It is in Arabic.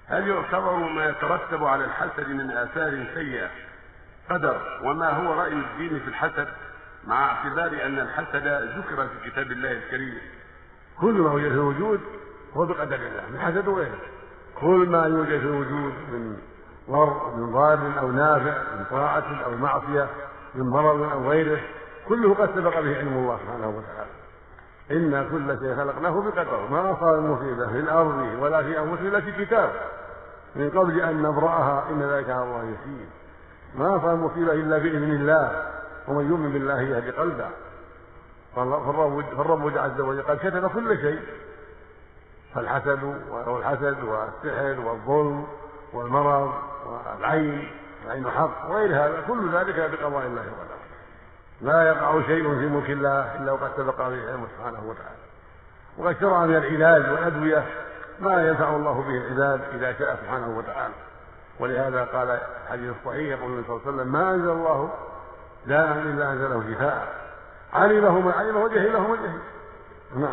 هل يعتبر ما يترتب على الحسد من آثار سيئة قدر؟ وما هو رأي الدين في الحسد مع اعتبار أن الحسد ذكر في كتاب الله الكريم؟ كل ما يوجد في الوجود هو بقدر الله، من حسد وغيره. كل ما يوجد في الوجود من ضار أو نافع، من طاعة أو معصية، من مرض أو غيره، كله قد سبق به علم الله سبحانه وتعالى. إنا كل شيء خلقناه بقدر، ما أصاب مصيبة في الأرض ولا في أنفسنا إلا في كتاب من قبل أن نبرأها، إن ذلك على الله يسير. ما أصاب مصيبة إلا بإذن الله، ومن يؤمن بالله يهدي قلبه. فالرب عز وجل قد كتب كل شيء، فالحسد والسحر والظلم والمرض والعين حق وغير هذا، كل ذلك بقضاء الله وقدره. لا يقع شيء في ملك الله إلا وقد سبق به علمه سبحانه وتعالى. وقد شرع من العلاج والأدوية ما ينفع الله به العباد إذا شاء سبحانه وتعالى. ولهذا قال الحديث الصحيح يقول النبي صلى الله عليه وسلم: ما أنزل الله داء إلا أنزله شفاء، علمه من علمه وجهله من جهله. نعم.